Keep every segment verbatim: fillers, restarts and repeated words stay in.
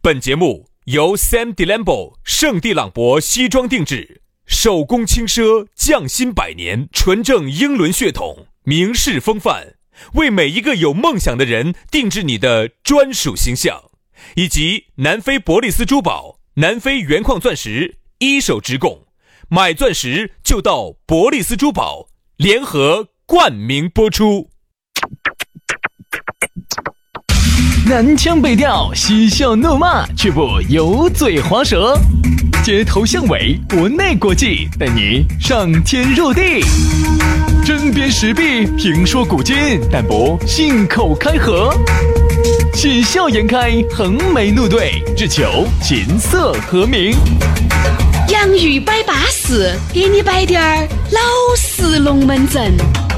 本节目由 Sam Delambo 圣地朗博西装定制，手工轻奢，匠心百年，纯正英伦血统，名士风范，为每一个有梦想的人定制你的专属形象。以及南非伯利斯珠宝、南非原矿钻石一手直供，买钻石就到伯利斯珠宝，联合冠名播出。 南腔北调，嬉笑怒骂，却不油嘴滑舌，街头巷尾，国内国际，带你上天入地，针砭时弊，评说古今，但不信口开河，喜笑颜开，横眉怒对，只求琴瑟和鸣。 洋芋摆巴士，给你摆点儿老式龙门阵。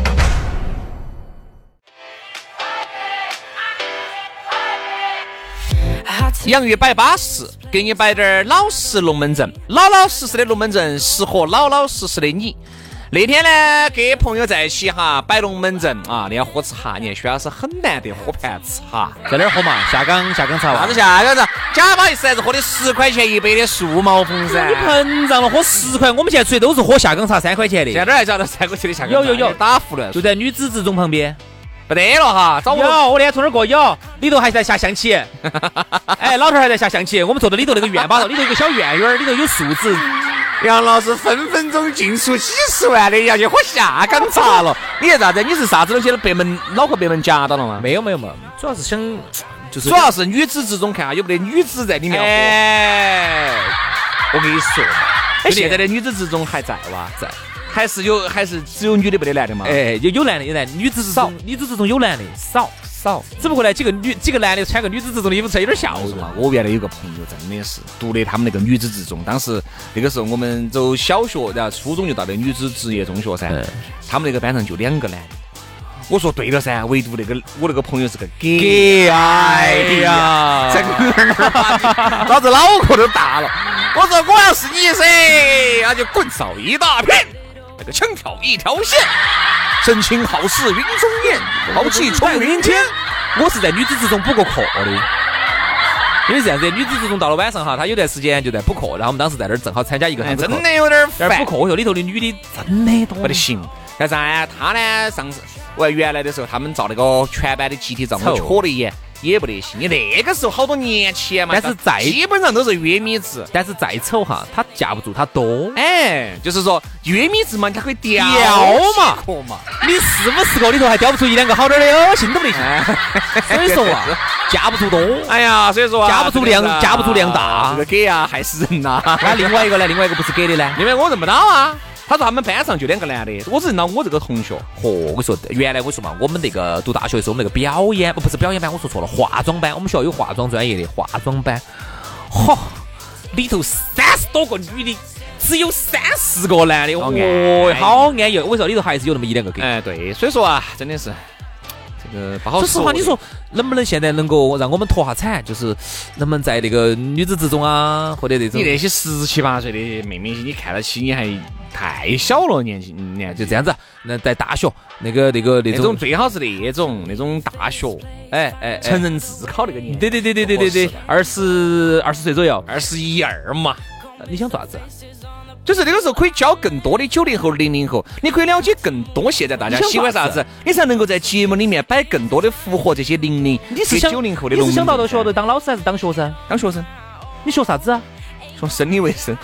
洋芋摆巴士，给你摆点老实龙门阵，老老实实的龙门阵，适合老老实实的你。那天呢，跟朋友在一起哈，摆龙门阵啊，你要喝茶，你看徐老师很难得喝盘茶， 在哪儿喝嘛？下岗下岗茶啥子下岗茶？假不好意思，还是喝的十块钱一杯的树毛峰噻。 你膨胀了，喝十块，我们现在出去都是喝下岗茶三块钱的。 现在哪还找到三块钱的下岗茶？ 有有有， 打胡乱， 就在女子职中旁边。 不得了哈，找我有，我那天从那儿过有，里头还在下象棋。哎，老头还在下象棋，我们坐在里头那个院坝头，里头有个小院院，里头有树枝。 杨老师分分钟进出几十万的要去喝下岗茶了。你是啥子？你是啥子东西都被门脑壳被门夹到了吗？ 没有没有没有，主要是想就是主要是女子之中看下有没得女子在里面。 哎， 我跟你说，哎，现在的女子之中还在哇？在。还是有，还是只有女的没得男的嘛？ 哎，有有男的有男的，女子之中女子之中有男的少少，只不过呢几个女几个男的穿个女子之中的衣服，才有点笑嘛。我原来有个朋友真的是读的他们那个女子之中，当时那个时候我们走小学，然后初中就到那女子职业中学噻，嗯、他们那个班上就两个男的。我说对了噻，唯独那个我那个朋友是个 gay， 哎呀，真老子脑壳都大了。我说我要是你噻，那就滚扫一大片。那个枪挑一条线，神情好似云中雁，豪气冲云天。 我是在女子之中补过课的，因为这样子，女子之中到了晚上哈，他有段时间就在补课，然后我们当时在那儿正好参加一个， 哎、真的有点烦。补课，我说里头的女的真的多， 不得行。但是啊，他呢，上次我原来的时候，他们照那个全班的集体照，我瞧了一眼。也不得行，你那个时候好多年前嘛， 但是再基本上都是约米制， 但是再丑哈，他架不住他多， 哎，就是说约米制嘛，它可以雕嘛， 嘛， 你四五十个里头还雕不出一两个好点的哟，心都不得行。所以说啊，架不住多， 哎呀，所以说、啊、 架不住量，架不住量大， 这个给啊害死人呐、 啊。那另外一个呢？另外一个不是给的呢？ 因为我认不到啊。他说他们班上就两个男的，我只认到我这个同学。 嚯、哦，我说原来我说嘛，我们那个读大学的时候，我们那个表演不不是表演班，我说错了，化妆班，我们学校有化妆专业的化妆班。嚯，里头三十多个女的，只有三四个男的，哦，好安逸。我说里头还是有那么一两个给。 哎，对，所以说啊，真的是这个不好说。 说实话，你说能不能现在能够让我们脱下产，就是能不能在那个女子之中啊，或者这种你那些十七八岁的妹妹，你看得起你还太小了，年纪年就这样子。那在大学那个那个那种, 那种最好是那种那种大学， 哎哎， 成人自考那个年， 对对对对对对对，二十二十岁左右， 二十一二嘛。 你想做啥子？ 就是那个时候可以教更多的九零后、零零后，你可以了解更多现在大家喜欢啥子，你才能够在节目里面摆更多的符合这些零零、 你是九零后的。 你是想到到学校当老师还是当学生？ 当学生。 你学啥子啊？ 学生理卫生。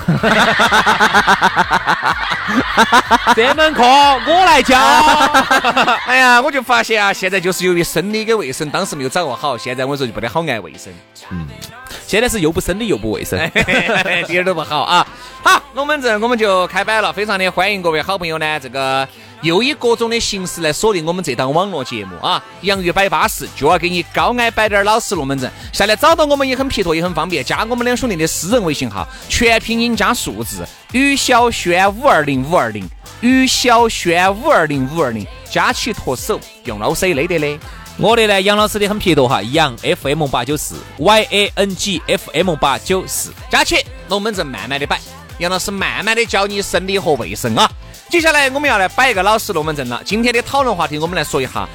这门课我来教。 哎呀，我就发现啊，现在就是由于生理跟卫生当时没有掌握好，现在我说就不得好爱卫生。 嗯，现在是又不生理又不卫生， 一点都不好啊。好，龙门阵我们就开摆了，非常的欢迎各位好朋友呢，这个又以各种的形式来锁定我们这档网络节目啊。洋芋摆巴士就要给你高矮摆点老实龙门阵，下来找到我们也很撇脱也很方便，加我们两兄弟的私人微信号，全拼音加数字于小轩五二零五二零，于小轩五二零五二零，加起脱手用老师累得嘞。 我的呢，杨老师的很撇脱哈，杨 F M 八九四 Y A N G F M 八九四， 加起龙门阵慢慢的摆，杨老师慢慢的教你生理和卫生啊。接下来我们要来摆一个老实龙门阵了。今天的讨论话题，我们来说一下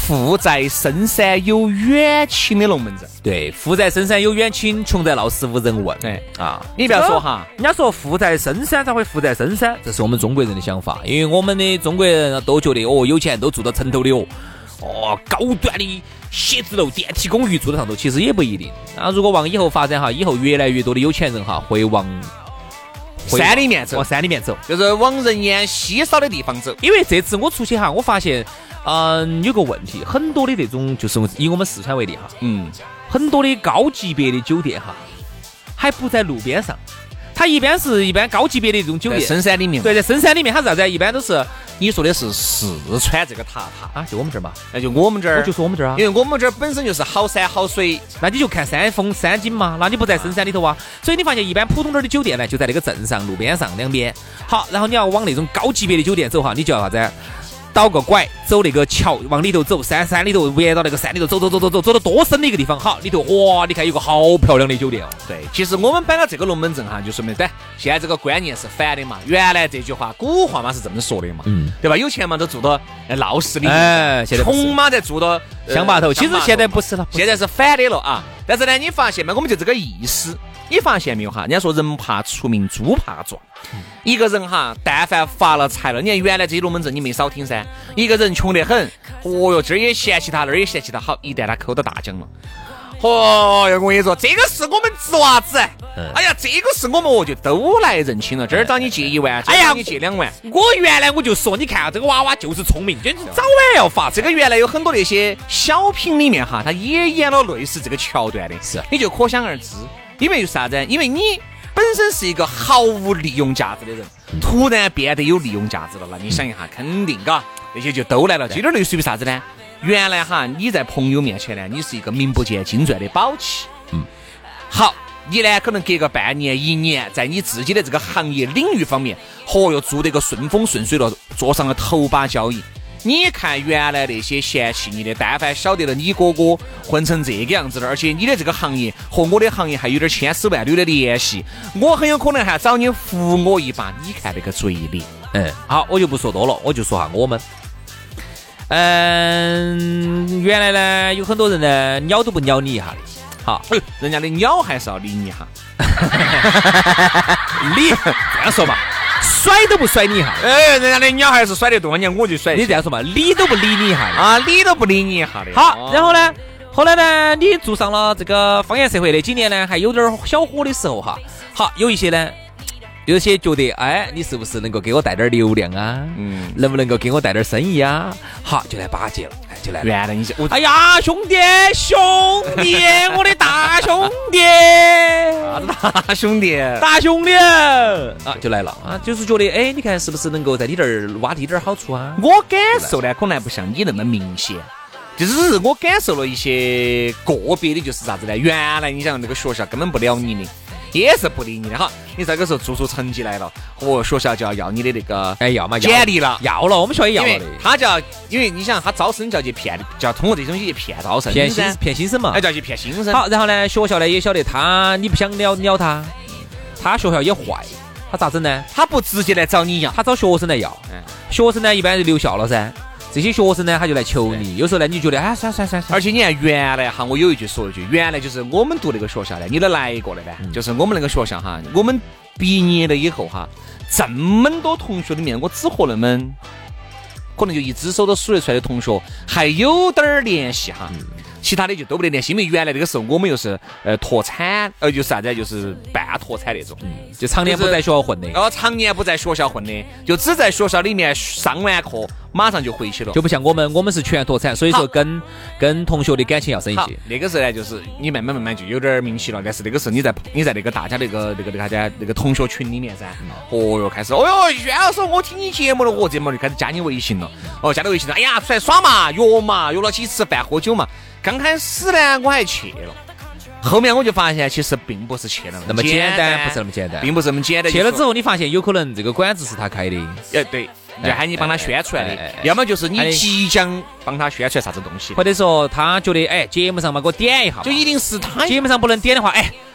富在深山有远亲的龙门阵。 对，富在深山有远亲，穷在闹市无人问。 哎啊， 你不要说哈， 人家说富在深山才会富在深山，这是我们中国人的想法，因为我们的中国人都觉得哦，有钱人都住到城头的哦，哦，高端的写字楼、电梯公寓住在上头，其实也不一定。那如果往以后发展哈，以后越来越多的有钱人哈会往山里面走， 往山里面走， 就是往人烟稀少的地方走。 因为这次我出去哈，我发现，嗯、有个问题，很多的那种就是以我们四川为例哈， 嗯， 很多的高级别的酒店哈，还不在路边上，它一般是一般高级别的这种酒店， 深山里面。 对，在深山里面，它是啥子？一般都是你说的是四川这个塔塔啊，就我们这儿嘛， 那就我们这儿， 我就说我们这儿啊， 因为我们这儿本身就是好山好水， 那你就看山峰山景嘛，那你不在深山里头啊？所以你发现一般普通点的酒店呢，就在那个镇上路边上两边。好，然后你要往那种高级别的酒店走哈，你就要啥子？倒个拐，走那个桥，往里头走，山山里头沿到那个山里头走走走走走，走到多深的一个地方，好，里头哇，你看有个好漂亮的酒店哦。 对，其实我们摆到这个龙门阵哈，就说明对，现在这个观念是反的嘛。原来这句话古话嘛是这么说的嘛，嗯，对吧？有钱嘛都住到闹市里， 哎，现在穷嘛在住到乡坝头，其实现在不是了， 现在是反的了啊。但是呢，你发现没？我们就这个意思。你发现没有哈？人家说人怕出名，猪怕壮。嗯、一个人哈，但凡发了财了，你看原来这些龙门阵你没少听噻。一个人穷得很，哦哟，这儿也嫌弃他，那儿也嫌弃他。好，一旦他抠到大奖了，哦哟，我跟你说，这个是我们侄娃子。嗯、哎呀，这个是我们哦，就都来认清了。这儿找你借一万，这儿找你借两万。 我原来我就说，你看啊，这个娃娃就是聪明，就是早晚要发。 这个原来有很多那些小品里面哈，他也演了类似这个桥段的， 是， 你就可想而知。因为啥子？因为你本身是一个毫无利用价值的人，突然变得有利用价值了，那你想一下，肯定嘎，那些就都来了。这点类似于啥子呢？原来哈，你在朋友面前呢，你是一个名不见经传的宝器。嗯，好，你呢可能隔个半年、一年，在你自己的这个行业领域方面，嚯哟，做得个顺风顺水了，做上了头把交椅。你看原来那些嫌弃你的，但凡晓得了你哥哥混成这个样子了，而且你的这个行业和我的行业还有点千丝万缕的联系，我很有可能还找你扶我一把。你看那个嘴脸。 嗯，好，我就不说多了，我就说下我们。嗯，原来呢有很多人呢鸟都不鸟你一下的，好， 哎，人家的鸟还是要理你一下。 理这样说吧。甩都不甩你一下， 哎，人家的鸟还是甩得动，人家我就甩。 你这样说嘛，理都不理你一下啊，理都不理你一下的。 好，然后呢，后来呢，你住上了这个方言社会的几年呢，还有点小火的时候哈。好，有一些呢，有些觉得，哎，你是不是能够给我带点流量啊？嗯，能不能够给我带点生意啊？好，就来巴结了，哎，就来了。 原来你是， 哎呀，兄弟，兄弟，我的大兄弟， 啥子大兄弟？ 大兄弟啊，就来了啊，就是觉得，哎，你看是不是能够在你这儿挖地点好处啊？ 我感受呢，可能还不像你那么明显。就只是我感受了一些个别的，就是啥子呢？原来你想那个学校根本不了你的，也是不理你的哈。你这个时候做出成绩来了，哦，学校就要要你的那个哎要嘛简历了， 要了，我们学校也要了的。 他就要，因为你想他招生就要去骗，就要通过这种东西去骗招生， 骗新骗新生嘛， 哎，就要去骗新生。 好，然后呢，学校呢也晓得他你不想鸟鸟他，他学校也坏，他咋整呢？ 他不直接来找你要， 他找学生来要。嗯，学生呢一般就留校了噻。这些学生呢，他就来求你。有时候呢，你觉得哎，算算算算。 而且你看，原来哈，我有一句说一句，原来就是我们读那个学校呢，你都来过了呗？嗯、就是我们那个学校哈，我们毕业了以后哈，这么多同学里面，我只和那么可能就一只手都数得出来的同学还有点儿联系哈。嗯，其他的就都不得联系，因为原来那个时候我们又是呃脱产，呃就是啥子，就是半脱产那种，嗯， 就常年不在学校混的， 哦，常年不在学校混的，就只在学校里面上完课马上就回去了， 就不像我们，我们是全脱产，所以说跟跟同学的感情要深一些。 那个时候呢，就是你慢慢慢慢就有点名气了，但是那个时候你在你在那个大家那个那个那个家那个同学群里面噻，哦哟开始，哦哟，轩老师我听你节目了，我节目就开始加你微信了，哦加你微信了，哎呀出来耍嘛，约嘛，约了几次饭喝酒嘛。刚开始呢，我还去了，后面我就发现其实并不是去了那么简单，不是那么简单， 并不是那么简单。 去了之后，你发现有可能这个馆子是他开的， 哎对，就喊你帮他宣传的，要么就是你即将帮他宣传啥子东西， 或者说他觉得哎节目上嘛给我点一下， 就一定是他节目上不能点的话，哎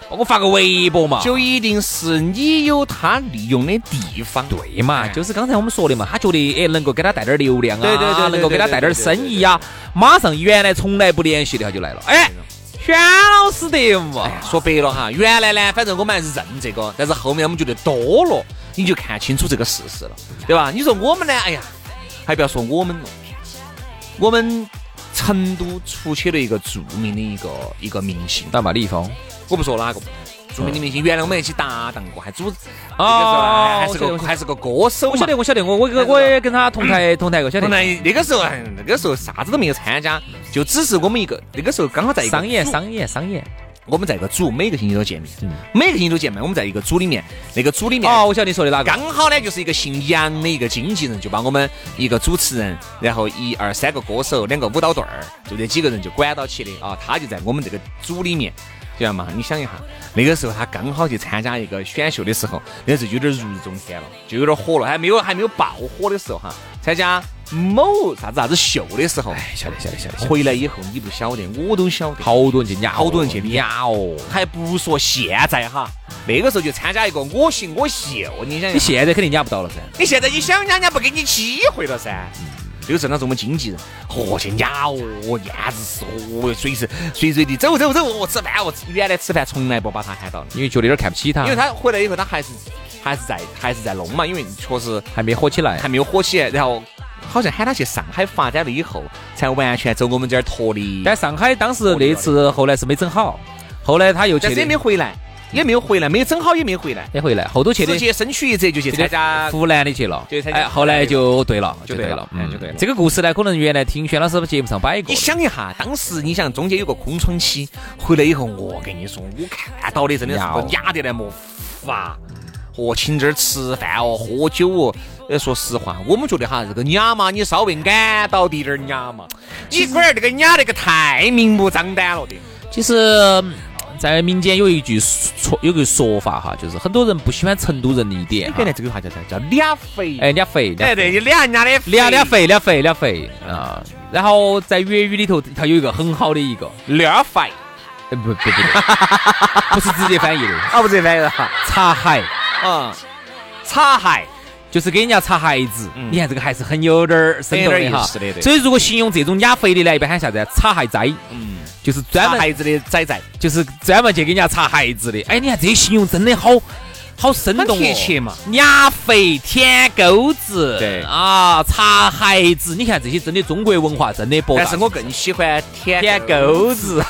包括发个微博嘛， 就一定是你有他利用的地方。 对嘛，就是刚才我们说的嘛，他觉得哎能够给他带点流量啊， 对对对， 能够给他带点生意呀，马上原来从来不联系的他就来了，哎。轩老师的嘛、 哎，说白了哈，原来呢，反正我们还是认这个，但是后面我们觉得多了，你就看清楚这个事实了，对吧？你说我们呢？哎呀，还不要说我们了，我们成都出去了一个著名的一个一个明星， 打马立峰， 我不说哪个。著名的明星，原来我们一起搭档过，还组哦， 还是个还是个歌手。 我晓得，我晓得，我我我也跟他同台同台过，晓得。 那那个时候，那个时候啥子都没有参加，就只是我们一个那个时候刚好在一个商业商业商业， 我们在一个组，每个星期都见面，嗯、每个星期都见面。我们在一个组里面，那个组里面哦，我晓得你说的哪个？ 刚好呢，就是一个姓杨的一个经纪人，就把我们一个主持人，然后一二三个歌手，两个舞蹈队儿，就这几个人就管到起的啊。他就在我们这个组里面。这样嘛，你想一下，那个时候他刚好去参加一个选秀的时候，那时候有点如日中天了，就有点火了，还没有还没有爆火的时候哈，参加某啥子啥子秀的时候， 哎，晓得晓得晓得。 回来以后你不晓得，我都晓得， 好多人去撵， 好多人去撵哦， 还不说现在哈，那个时候就参加一个我行我秀，你想， 你现在肯定撵不到了噻， 你现在你想人家不给你机会了噻。这个是那是我们经纪人，嚯，去压哦，燕子是哦，随时随随地走走走，我吃饭，我吃原来吃饭从来不把他喊到， 因为觉得有点看不起他， 因为他回来以后他还是还是在还是在弄嘛，因为确实还没火起来， 还没有火起来，然后好像喊他去上海发展了以后，才完全走我们这儿脱离。 但上海当时那次后来是没整好，后来他又去， 但是也没回来。也没有回来，没有整好也没回来， 也回来。后头去的， 直接身躯一折就去参加湖南的去了，哎，后来就对了，就对了，嗯，就对了。这个故事呢，可能原来听轩老师节目上摆过。 你想一下，当时你想中间有个空窗期，回来以后，我跟你说，我看到的真的是我压得来没法。哦，请这儿吃饭哦，喝酒哦。呃，说实话，我们觉得哈，这个娘嘛，你稍微按到滴点儿娘嘛，你龟儿这个娘那个太明目张胆了的。 其实。在民间有一句说，有个说法哈，就是很多人不喜欢成都人的一点。 原来这句话叫啥？叫俩肥。 哎，俩肥。 哎，对，你俩人家的俩俩肥，俩肥，俩肥啊。然后在粤语里头，它有一个很好的一个俩肥。 不不不不，不是直接翻译的啊，不是直接翻译的。 擦鞋啊，擦鞋就是给人家擦鞋子。嗯、你看这个还是很有点生动的哈。 是的，对。 所以如果形容这种俩肥的呢，一般喊啥子？擦鞋仔。嗯。就是专门擦鞋子的仔仔， 就是专门去给人家擦鞋子的。哎，你看这形容真的好好生动哦， 贴切嘛。 俩肥舔沟子， 对啊，擦鞋子。你看这些真的中国文化真的博大。 但是我更喜欢舔舔沟子。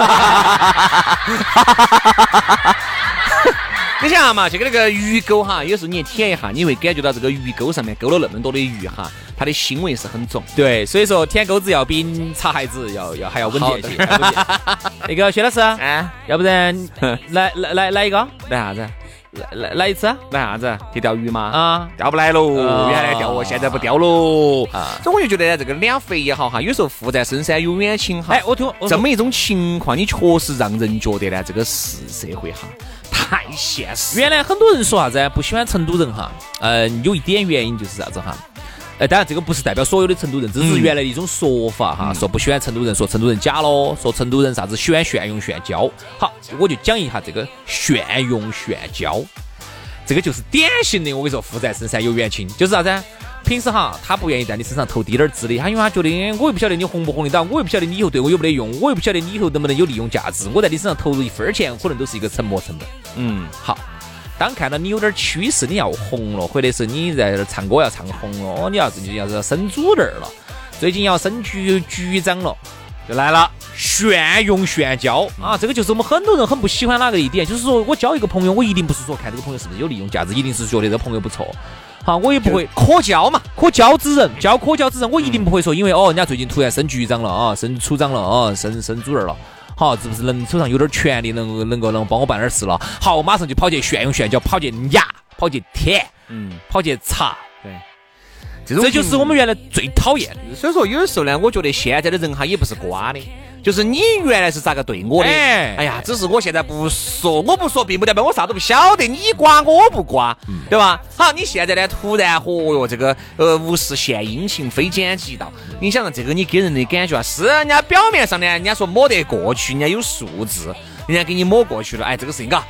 你想下嘛，这个那个鱼钩哈，有时候你舔一下，你会感觉到这个鱼钩上面勾了那么多的鱼哈，它的腥味是很重。 对，所以说舔钩子要比擦鞋子要要还要稳健些。那个薛老师，哎，要不然来来来来一个， 来啥子？ 来来来一次， 来啥子？去钓鱼吗？ 啊， 钓不来喽，原来钓我，现在不钓喽。啊，所以我就觉得这个两肥也好哈，有时候富在深山有远亲哈。 哎，我听这么一种情况，你确实让人觉得呢，这个是社会哈。太现实。 原来很多人说啥子不喜欢成都人哈，嗯，有一点原因就是啥子哈，呃，当然这个不是代表所有的成都人，只是原来的一种说法哈，嗯、说不喜欢成都人，说成都人假咯，说成都人啥子喜欢炫用炫骄。好，我就讲一下这个炫用炫骄，这个就是典型的，我跟你说，富在深山有远亲，就是啥子？平时哈，他不愿意在你身上投滴点儿资的，他因为他觉得我又不晓得你红不红得到，我又不晓得你以后对我有没得用，我又不晓得你以后能不能有利用价值，我在你身上投入一分钱，可能都是一个沉没成本。 嗯， 好，当看到你有点趋势，你要红了，或者是你在这唱歌要唱红了，你要是要是升主任了，最近要升局局长了，就来了炫用炫骄啊！这个就是我们很多人很不喜欢哪个一点，就是说我交一个朋友，我一定不是说看这个朋友是不是有利用价值，一定是觉得这个朋友不错。好，我也不会可交嘛， 可交之人，交可交之人，我一定不会说，因为哦，人家最近突然升局长了啊，升处长了啊，升升主任了，好，是不是能手上有点权力，能够能够能帮我办点事了？好，我马上就跑去炫用炫骄，跑去压，跑去舔，嗯，跑去查， 对， 这这就是我们原来最讨厌的。 所以说，有的时候呢，我觉得现在的人哈也不是瓜的。就是你原来是咋个对我的？哎，哎呀，只是我现在不说，我不说，并不代表我啥都不晓得。你瓜我不瓜，嗯、对吧？好，你现在呢，突然嚯哟，这个呃无事献殷勤，非奸即盗。你想这个，你给人的感觉啊，是人家表面上呢，人家说抹得过去，人家有素质，人家给你抹过去了。哎，这个事情嘎，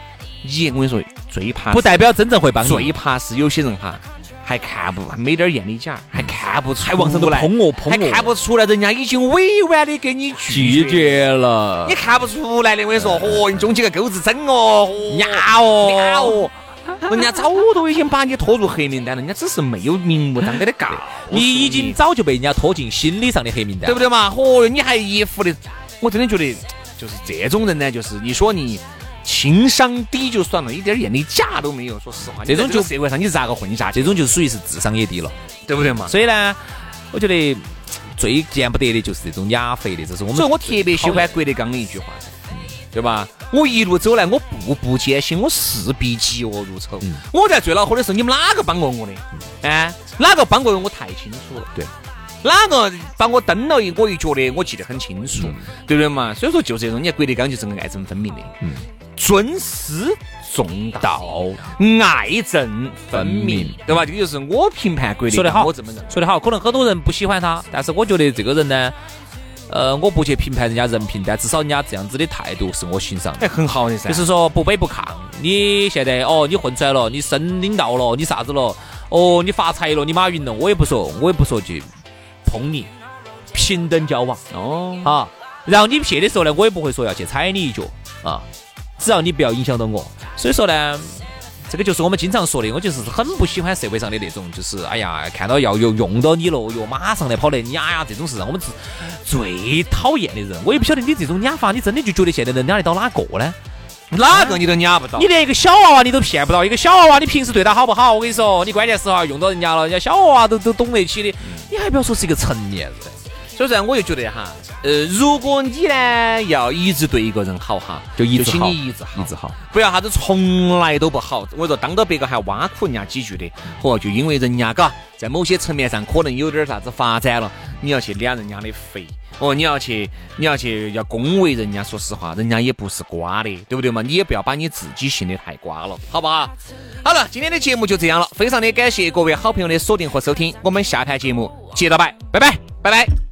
你我跟你说，最怕不代表真正会帮你。 最怕是有些人哈。还看不没点眼力劲儿，还看不出， 还往上头捧我捧我， 还看不出来，人家已经委婉的给你拒绝了， 你看不出来的。我跟你说，哦，你中起个钩子整哦， 呀哦呀哦，人家早都已经把你拖入黑名单了，人家只是没有明目张胆的告， 你已经早就被人家拖进心理上的黑名单， 对不对嘛？哦，你还一副的，我真的觉得就是这种人呢，就是你说你。情商低就算了，一点眼力价都没有。说实话， 这种就社会上你咋个混下去？ 这种就属于是智商也低了， 对不对嘛？ 所以呢，我觉得最见不得的就是这种雅肥的，这是我们。 所以我特别喜欢郭德纲的一句话，对吧？我一路走来，我步步艰辛，我势必嫉恶如仇。嗯、我在最恼火的时候，你们哪个帮过我的？哎、嗯，哪个帮过我？我太清楚了。 对。 哪个帮我蹬了一我一脚的，我记得很清楚，嗯、对不对嘛？所以说就这种，你看郭德纲就是个爱憎分明的，嗯，尊师重道，爱憎分明，对吧？这个就是我评判郭德纲， 说得好， 我这么认为。 说得好，可能很多人不喜欢他，但是我觉得这个人呢，呃，我不去评判人家人品，但至少人家这样子的态度是我欣赏的， 哎，很好的噻。 就是说不卑不亢，你现在哦，你混出来了，你升领导了，你啥子了？哦，你发财了，你马云了，我也不说，我也不说去。碰你平等交往哦啊，然后你撇的时候呢，我也不会说要去踩你一脚啊，只要你不要影响到我。所以说呢，这个就是我们经常说的，我就是很不喜欢社会上的那种，就是哎呀，看到要有用到你了，又马上来跑来你呀呀，这种是让我们最讨厌的人。我也不晓得你这种撵法，你真的就觉得现在能撵得到哪个呢？ 哪个你都撵不到， 你连一个小娃娃你都骗不到，一个小娃娃你平时对他好不好？我跟你说，你关键时候用到人家了，人家小娃娃都都懂得起的，你还不要说是一个成年人。 所以说我就觉得哈，呃，如果你呢要一直对一个人好哈， 就一直好， 就请你一直好， 一直好， 不要啥子从来都不好。我说当到别个还挖苦人家几句的，嚯，就因为人家嘎在某些层面上可能有点啥子发展了，你要去敛人家的肺。哦，你要去，你要去，要恭维人家。说实话，人家也不是瓜的，对不对嘛？你也不要把你自己信得太瓜了，好不好？好了，今天的节目就这样了，非常的感谢各位好朋友的锁定和收听，我们下台节目接着拜，拜拜，拜拜。